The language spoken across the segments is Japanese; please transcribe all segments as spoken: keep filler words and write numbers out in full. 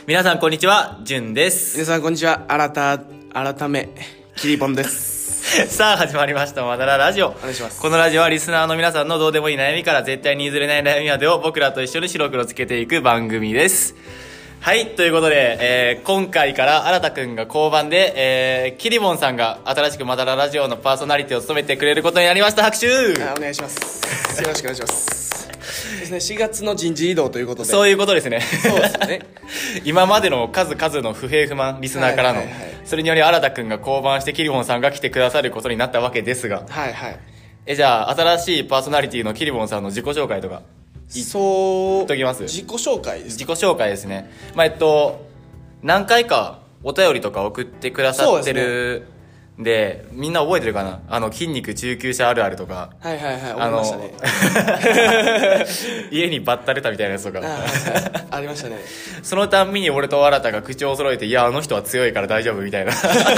皆さんこんにちは、じゅんです。 皆さんこんにちは、新た改めキリボンですさあ始まりましたまだらラジオ。 お願いします。 このラジオはリスナーの皆さんのどうでもいい悩みから絶対に譲れない悩みまでを僕らと一緒に白黒つけていく番組です。はい、ということで、えー、今回から新くんが交番で、えー、キリボンさんが新しくまだらラジオのパーソナリティを務めてくれることになりました。拍手。 あ、お願いします。よろしくお願いしますですね、しがつの人事異動ということで。 そういうことですね。 そうですね今までの数々の不平不満リスナーからの、 はいはいはい、それにより新くんが降板してキリボンさんが来てくださることになったわけですが、 はいはい。 えじゃあ新しいパーソナリティのキリボンさんの自己紹介とかそう言っときます。 自己紹介です。 自己紹介ですね。まあえっと何回かお便りとか送ってくださってるで、みんな覚えてるかな、あの筋肉中級者あるあるとか、 はいはいはい、 あ覚えましたね家にバッタ出たみたいなやつとかあ,、はいはい、ありましたねそのたんびに俺と新が口を揃えて、いやあの人は強いから大丈夫みたいな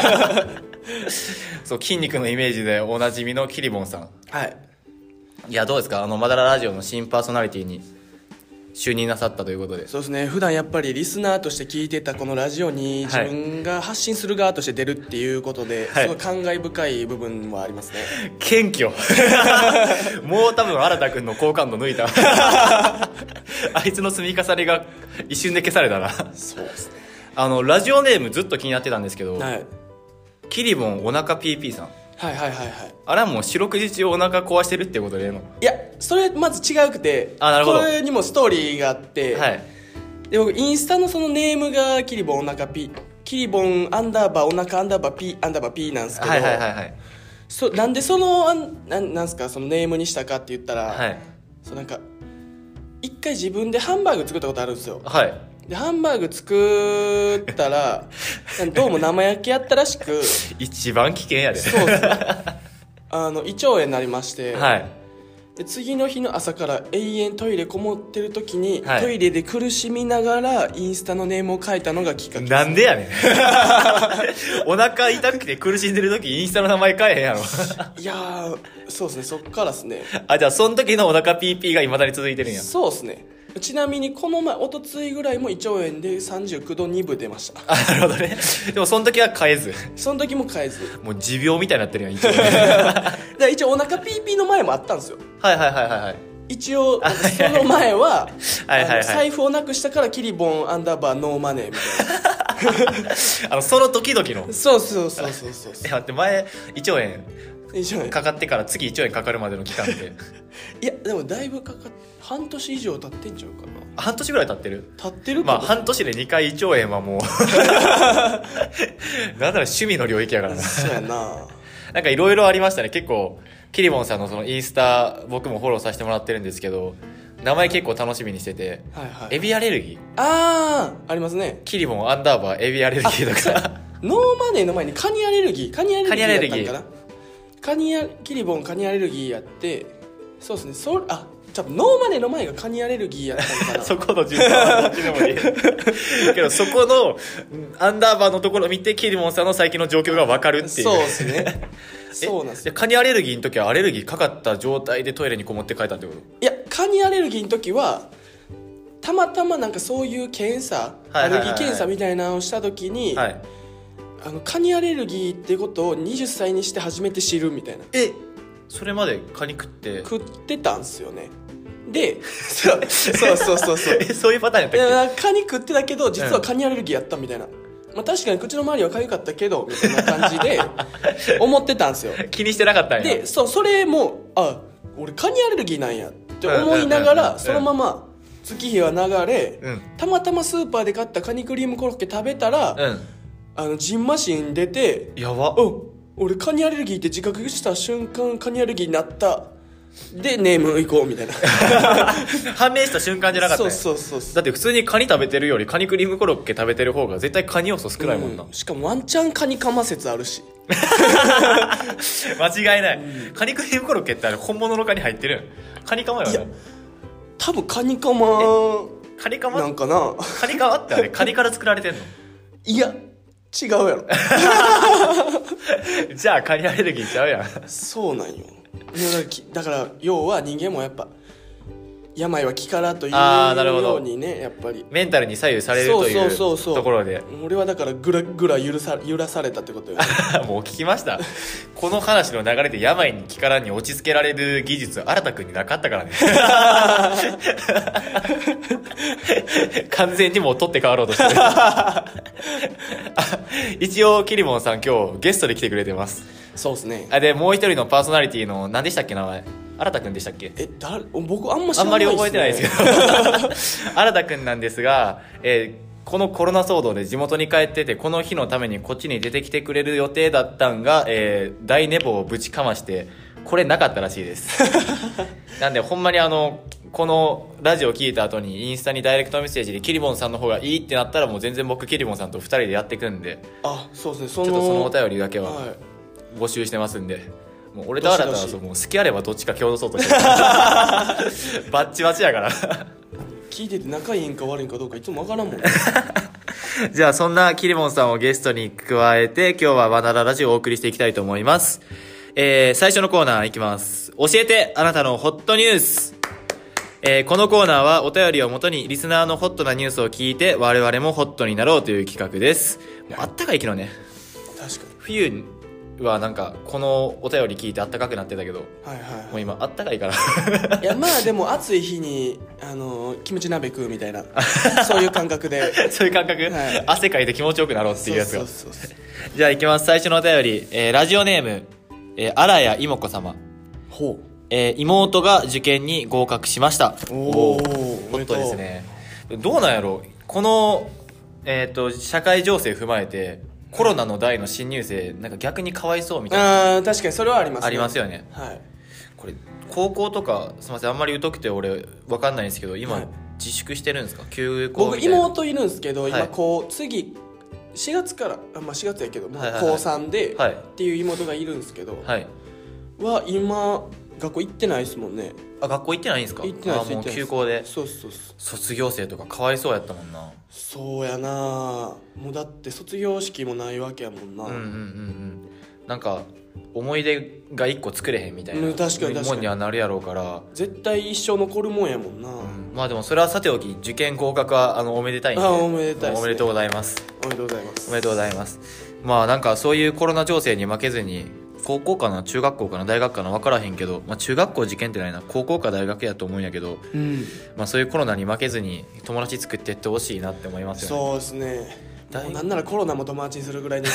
そう筋肉のイメージでおなじみのキリボンさん。 はい。 いやどうですか、あのまだらラジオの新パーソナリティに就任なさったということで。 そうですね、普段やっぱりリスナーとして聞いてたこのラジオに自分が発信する側として出るっていうことで、はい、すごい感慨深い部分はありますね。 謙虚もう多分新くんの好感度抜いたあいつの積み重ねが一瞬で消されたな。 そうですね。 あのラジオネームずっと気になってたんですけど、 はい、 キリボンお腹 ピーピー さん。 はいはいはいはい。 あれはもう四六時中お腹壊してるってことでええの？ いや、それまず違うくて、 あ、なるほど。 これにもストーリーがあって、 はい、 で僕インスタのそのネームがキリボンお腹 P、キリボンアンダーバーお腹アンダーバー P アンダーバー P なんですけど、 はいはいはいはい、 そなんでそのななんすかそのネームにしたかって言ったら、 はい、 そうなんか一回自分でハンバーグ作ったことあるんですよ。 はい。 でハンバーグ作ったらどうも生焼けやったらしく一番危険やで。 そうそうあの胃腸炎になりまして、 はい、 で次の日の朝から永遠トイレこもってる時に、 はい、トイレで苦しみながらインスタのネームを書いたのがきっかけです。 なんでやねんお腹痛くて苦しんでる時インスタの名前変えへんやろいやーそうですね、そっからですね。 あ、じゃあその時のお腹 ピーピー が未だに続いてるんや。 そうですね。ちなみにこの前おとついぐらいも胃腸炎でさんじゅうきゅうどにぶ出ました。 あ、なるほどね。でもその時は変えず。 その時も変えず。 もう持病みたいになってるやん、一応で一応お腹 ピーピー の前もあったんですよ。 はいはいはいはい。 一応その前ははいはいはい、 財布をなくしたからキリボンアンダーバーノーマネーみたいなあのその時々の。 そうそうそうそうそう。 え、待って、前胃腸炎胃腸炎かかってから次胃腸炎かかるまでの期間っていやでもだいぶかかっ半年以上経ってんちゃうかな。 半年ぐらい経ってる経ってるまあ半年でにかい胃腸炎はもうなんだろう、趣味の領域やからな。 そうやな。 なんかいろいろありましたね。結構キリボンさんのそのインスタ僕もフォローさせてもらってるんですけど、名前結構楽しみにしてて、 はいはい、 エビアレルギー、 ああありますね。 キリボンアンダーバーエビアレルギーとかノーマネーの前にカニアレルギーカニアレルギーやったんかな。カニアキリボンカニアレルギーやって、そうですね、そあ多分ノーマネーの前がカニアレルギーやったんかなそこの順番はどっちでもいいけどそこのアンダーバーのところを見てキリボンさんの最近の状況が分かるっていう。 そうですねそうなんですよ。 カニアレルギーの時はアレルギーかかった状態でトイレにこもって帰ったってこと？ いやカニアレルギーの時はたまたまなんかそういう検査、アレルギー検査みたいなのをした時に、はい、あのカニアレルギーってことをはたちにして初めて知るみたいな。 えそれまでカニ食って食ってたんすよね。でそうそうそうそうそうえそういうパターンやったっけ？ カニ食ってたけど実はカニアレルギーやったみたいな、うん、まあ、確かに口の周りはかゆかったけどみたいな感じで思ってたんですよ。 気にしてなかったんや。 でそうそれもあ俺カニアレルギーなんやって思いながらそのまま月日は流れ、うん、たまたまスーパーで買ったカニクリームコロッケ食べたら、うん、あのジンマシン出て、 やばっ、 俺カニアレルギーって自覚した瞬間カニアレルギーになったでネーム行こうみたいな判明した瞬間じゃなかったんや。 そうそうそう。 だって普通にカニ食べてるよりカニクリームコロッケ食べてる方が絶対カニ要素少ないもんな、 うん、しかもワンチャンカニカマ説あるし間違いない、うん、カニクリームコロッケってあれ本物のカニ入ってるカニカマよね。 いや多分カニカマカニカマなんかな。 カニカマってあれカニから作られてんの？ いや違うやろじゃあカニアレルギーちゃうやん。 そうなんよ。だから要は人間もやっぱ病は気からというあーなるほどようにねやっぱりメンタルに左右されるというそうそうそうそうところで俺はだからぐらぐら揺さ揺らされたってことよねもう聞きましたこの話の流れで病に気からに落ち着けられる技術新田くんになかったからね完全にもう取って変わろうとしてる一応キリモンさん今日ゲストで来てくれてます。 そうですね。 あでもう一人のパーソナリティの何でしたっけ名前新田くんでしたっけ。 え誰僕あんま知あんまらないです、ね、 り覚えてないですけど新田くんなんですが、えーこのコロナ騒動で地元に帰っててこの日のためにこっちに出てきてくれる予定だったんが、えー大寝坊をぶちかましてこれなかったらしいですなんでほんまにあのこのラジオ聞いた後にインスタにダイレクトメッセージでキリボンさんの方がいいってなったらもう全然僕キリボンさんとふたりでやっていくんであそうですねそのちょっとそのお便りだけははい募集してますんで、もう俺と新たはどしどしそうもう好きあればどっちか共同そうとしてるバッチバチやから聞いてて仲いいんか悪いんかどうかいつもわからんもんねじゃあそんなキリモンさんをゲストに加えて今日はバナナラジオをお送りしていきたいと思います。えー、最初のコーナーいきます。教えてあなたのホットニュース。えー、このコーナーはお便りをもとにリスナーのホットなニュースを聞いて我々もホットになろうという企画です。もうあったかい昨日ね。 確かに冬はなんかこのお便り聞いてあったかくなってたけど、 はいはい、はい、 もう今あったかいからいやまあでも暑い日にあのキムチ鍋食うみたいなそういう感覚でそういう感覚、はい、汗かいて気持ちよくなろうっていうやつが。 そうそうそうそうじゃあいきます。最初のお便り、えー、ラジオネーム、えー、荒谷妹子様。 ほう、 えー、妹が受験に合格しました。 おおホットですね。どうなんやろこの、えー、と社会情勢踏まえてコロナの代の新入生なんか逆にかわいそうみたいなあ確かにそれはありますねありますよね。 はい、 これ高校とかすみませんあんまり疎くて俺分かんないんですけど今、 はい、 自粛してるんですか休校み僕たいな。 妹いるんですけど、 はい、 今こう次しがつからあ、まあ、しがつやけども、 はいはいはい、 こうさんで、 はい、 っていう妹がいるんですけど、 はい、 は今学校行ってないですもんね。 あ学校行ってないんですか。 行ってないです。 あもう休校で。 そうそうそう卒業生とかかわいそうやったもんな。 そうやなもうだって卒業式もないわけやもんな。 うんうんうんうんなんか思い出が一個作れへんみたいな、 うん、確かに確かにもんにはなるやろうから絶対一生残るもんやもんな、うん、 まあでもそれはさておき受験合格はあのおめでたいんで。 あおめでたいですね。 おめでとうございます。 おめでとうございます。 おめでとうございます。まあなんかそういうコロナ情勢に負けずに高校かな中学校かな大学かな分からへんけど、まあ、中学校受験ってないな高校か大学やと思うんやけど、 うん、 まあ、そういうコロナに負けずに友達作っていってほしいなって思いますよね。 そうですね。もうなんならコロナも友達にするぐらいで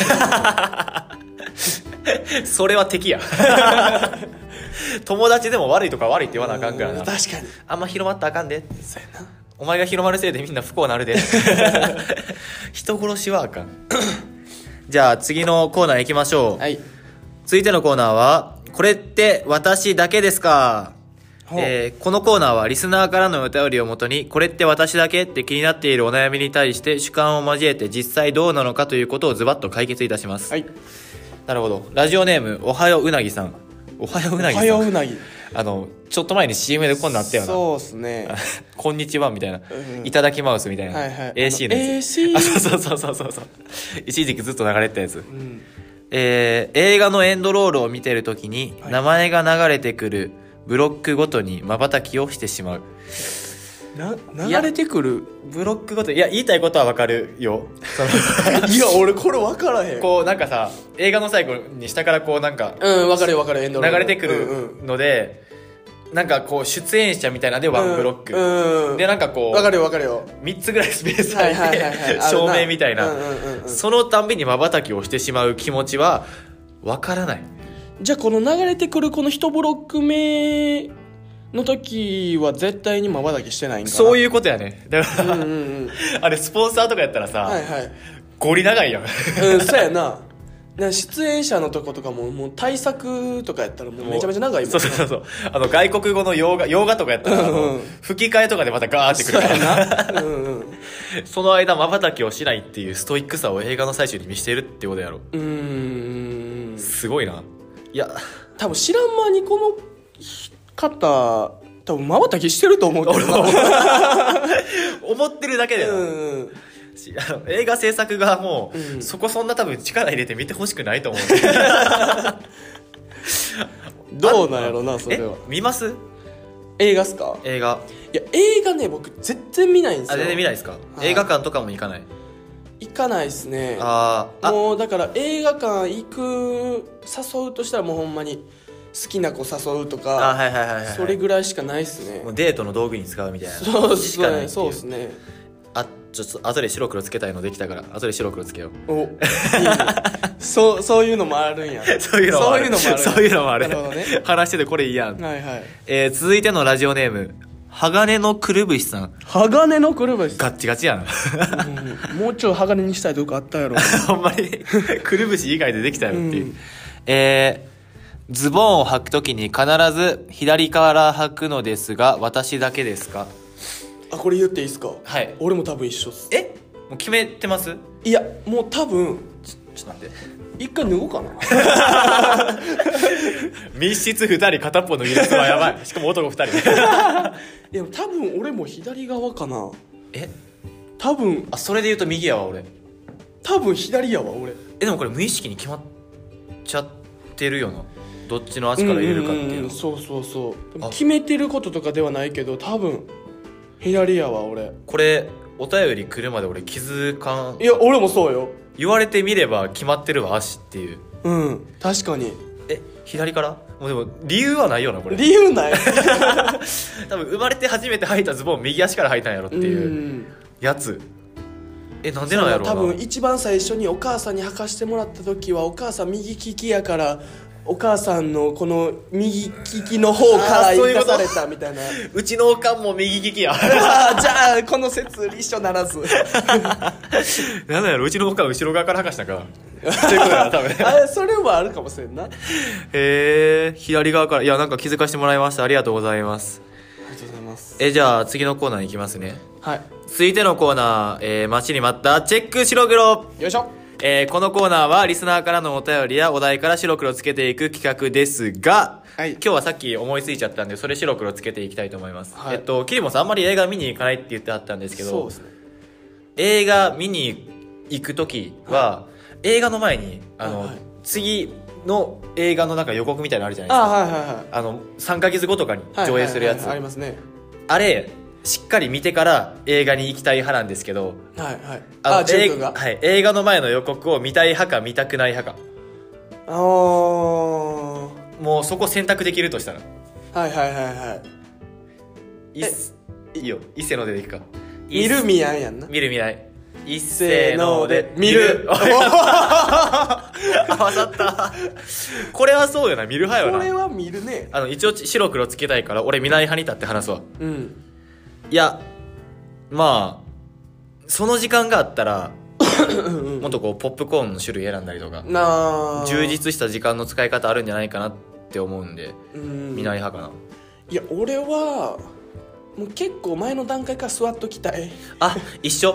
それは敵や友達でも悪いとか悪いって言わなあかんからな。 確かにあんま広まったらあかんで。 そうやな。 お前が広まるせいでみんな不幸なるで人殺しはあかんじゃあ次のコーナー行きましょう。 はい、 続いてのコーナーはこれって私だけですか。えー、このコーナーはリスナーからのお便りをもとにこれって私だけって気になっているお悩みに対して主観を交えて実際どうなのかということをズバッと解決いたします。 はい、 なるほど。ラジオネームおはよううなぎさん。おはよううなぎさん。 おはよううなぎ。 あのちょっと前に シーエム でこんなあったよな。 そうですねこんにちはみたいな、 うん、 いただきマウスみたいな、 はいはい、 エーシー のやつエーシーあそうそうそうそうそう一時期ずっと流れてたやつ、 うんえー、映画のエンドロールを見てるときに、はい、名前が流れてくるブロックごとに瞬きをしてしまう。 な流れてくるブロックごとにいや言いたいことは分かるよそのいや俺これ分からへん。 こうなんかさ映画の最後に下からこうなんかうん分かる分かるエンドロール流れてくるので、うんうん、なんかこう出演者みたいなでワンブロック、うんうん、でなんかこう分かるよ分かるよみっつぐらいスペース入って照明みたいな、うんうんうん、そのたんびに瞬きをしてしまう気持ちは分からない。 じゃあこの流れてくるこのいちブロック目の時は絶対に瞬きしてないんかな。 そういうことやね。だから、うんうんうん、あれスポンサーとかやったらさ、 はいはい、 ゴリ長いやんうんそうやな。出演者のとことかももう対策とかやったらもうめちゃめちゃ長いもん、ね、 そうそうそう。あの外国語の洋画洋画とかやったら、うんうん、吹き替えとかでまたガーってくるからな、うん、うん、その間瞬きをしないっていうストイックさを映画の最中に見せてるってことやろ。 うーんすごいな。いや多分知らん間にこの方多分瞬きしてると思うけどな思ってるだけだよ、うん、あの映画制作側も、うん、そこそんな多分力入れて見てほしくないと思うどうなんやろなそれは。 見ます映画っすか？ 映画。 いや映画ね僕全然見ないんですよ。 あ、全然見ないですか？はい、映画館とかも行かない？ 行かないですね。 ああ。 もうだから映画館行く誘うとしたらもうほんまに好きな子誘うとか、 あ、はいはいはいはい、 それぐらいしかないっすね。 もうデートの道具に使うみたいな。 そうですね。そうですね。 あ、ちょっと後で白黒つけたいのできたから後で白黒つけよう。お、いいね、 そうそういうのもあるんや。 そういうのもある。そういうのもある。 なるほどね。 話しててこれいいやん。 はいはい。 えー、続いてのラジオネーム、鋼のくるぶしさん。 鋼のくるぶし。 ガッチガチやな。 うん、もうちょい鋼にしたいとこあったやろ。 ほんまにくるぶし以外でできたよっていう。うん、えー、ズボンを履くときに必ず左から履くのですが私だけですか？ あ、これ言っていいですか？ はい。 俺も多分一緒っす。 え、もう決めてます？ いやもう多分ちょちょっと待って、 一回脱ごうかな。 密室ふたり片っぽ脱ぎ出すのはやばい。しかも男ふたり。 いや多分俺も左側かな。 え、 多分。 あ、それで言うと右やわ俺。 多分左やわ俺。 え、でもこれ無意識に決まっちゃってるよな、どっちの足から入れるかっていうの。うんうんうん、 そうそうそう。決めてることとかではないけど多分左やわ俺。 これお便り来るまで俺気づかん。 いや俺もそうよ。 言われてみれば決まってるわ足っていう。 うん、確かに。 え、左から？もうでも理由はないよなこれ。 理由ない。 多分生まれて初めて履いたズボン右足から履いたんやろっていうやつ。え、なんでなんやろうな。 多分一番最初にお母さんに履かしてもらった時はお母さん右利きやからお母さんのこの右利きの方から生かされたみたいな。 うちのおかんも右利きや。 じゃあこの説一緒ならず。 なんだやろ、うちのおかん後ろ側から履かしたか。そういうことやな多分。 あ、それもあるかもしれんな。 へえ、左側から。いや、なんか気づかせてもらいました。ありがとうございます。 ありがとうございます。 え、じゃあ次のコーナーいきますね。 はい。 続いてのコーナー、えー、待ちに待ったチェック白黒。 よいしょ。 えー、このコーナーはリスナーからのお便りやお題から白黒つけていく企画ですが、はい、今日はさっき思いついちゃったんでそれ白黒つけていきたいと思います。はい、えっとキリモさんあんまり映画見に行かないって言ってあったんですけど、そうですね、映画見に行く時は、はい、映画の前にあの、はいはい、次の映画のなんか予告みたいなのあるじゃないですか。あ、はいはいはい、あのさんかげつごとかに上映するやつ、 はいはいはいはい、ありますね。 あれしっかり見てから映画に行きたい派なんですけど、 はいはい、 あのあ映画、はい、映画の前の予告を見たい派か見たくない派か。ああ、もうそこ選択できるとしたら、 はいはいはいはい、 いっいいよ、一斉のでいくか。 見る見やんやんな。 見る見ない一斉ので見る。 合わさった。これはそうよな、見る派よな。 これは見るね。 あの一応白黒つけたいから俺見ない派に立って話すわ。うん、いやまあその時間があったらもっとこうポップコーンの種類選んだりとかな、充実した時間の使い方あるんじゃないかなって思うんで、うん、見ない派かな。 いや俺はもう結構前の段階から座っときたい。 あ、一緒。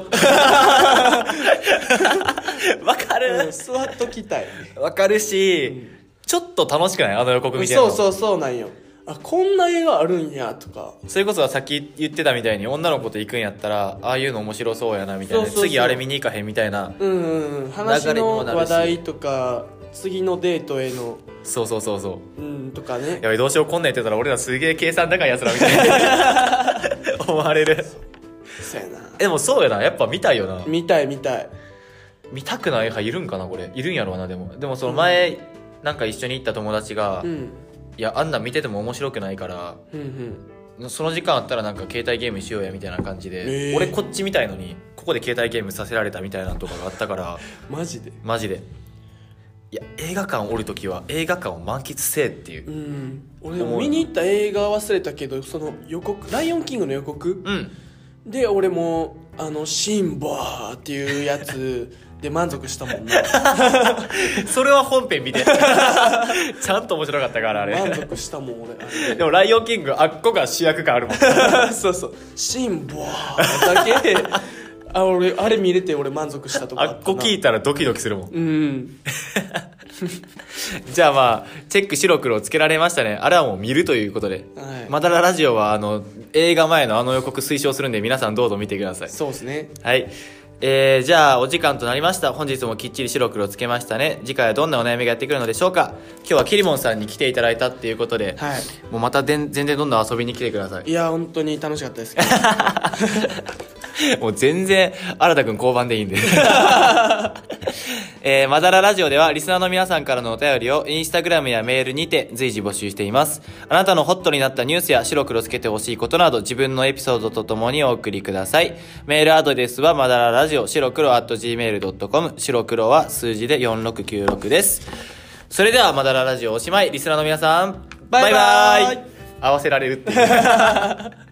わかる、 うん、座っときたい。 わかるし、うん、ちょっと楽しくない？あの予告見てるの。 そうそうそうなんよ。あ、こんな映画あるんやとか。 それこそさっき言ってたみたいに女の子と行くんやったらああいうの面白そうやなみたいな、そうそうそう、次あれ見に行かへんみたいな、 うんうんうん、話の話題とか次のデートへの、 そうそうそうそう、 うん、とかね。 やばいどうしようこんなん言ってたら俺らすげえ計算高いやつらみたいな思われる。 そうやな。 でもそうやな、やっぱ見たいよな。 見たい見たい。 見たくない派いるんかな、これいるんやろうな。でもでもその前、うん、なんか一緒に行った友達が、うん、いやあんなん見てても面白くないから、うんうん、その時間あったらなんか携帯ゲームしようやみたいな感じで、えー、俺こっちみたいのにここで携帯ゲームさせられたみたいなのとかがあったからマジでマジで、いや映画館おるときは映画館を満喫せえっていう、うん、 俺見に行った映画忘れたけどその予告ライオンキングの予告、うん、で俺もあのシンバーっていうやつで満足したもんな。 それは本編見て。ちゃんと面白かったからあれ。 満足したもん俺。 でもライオンキングあっこが主役感あるもん。 そうそう。シンバーだけであ俺あれ見れて俺満足したとこあっこ聞いたらドキドキするもん。 うん。 じゃあまあチェック白黒つけられましたね。あれはもう見るということで、はい、まだらラジオはあの映画前のあの予告推奨するんで皆さんどうぞ見てください。 そうですね。 はい。 えー、じゃあお時間となりました。本日もきっちり白黒つけましたね。次回はどんなお悩みがやってくるのでしょうか。今日はキリモンさんに来ていただいたっていうことで、はい、もうまたでん全然どんどん遊びに来てください。 いや本当に楽しかったですもう全然新田くん交番でいいんでえー、まだらラジオではリスナーの皆さんからのお便りをインスタグラムやメールにて随時募集しています。あなたのホットになったニュースや白黒つけてほしいことなど自分のエピソードとともにお送りください。メールアドレスはまだらラジオ白黒 アットジーメールドットコム、 白黒は数字でよんろくきゅうろくです。それではまだらラジオおしまい。リスナーの皆さんバイバイ。合わせられるっていう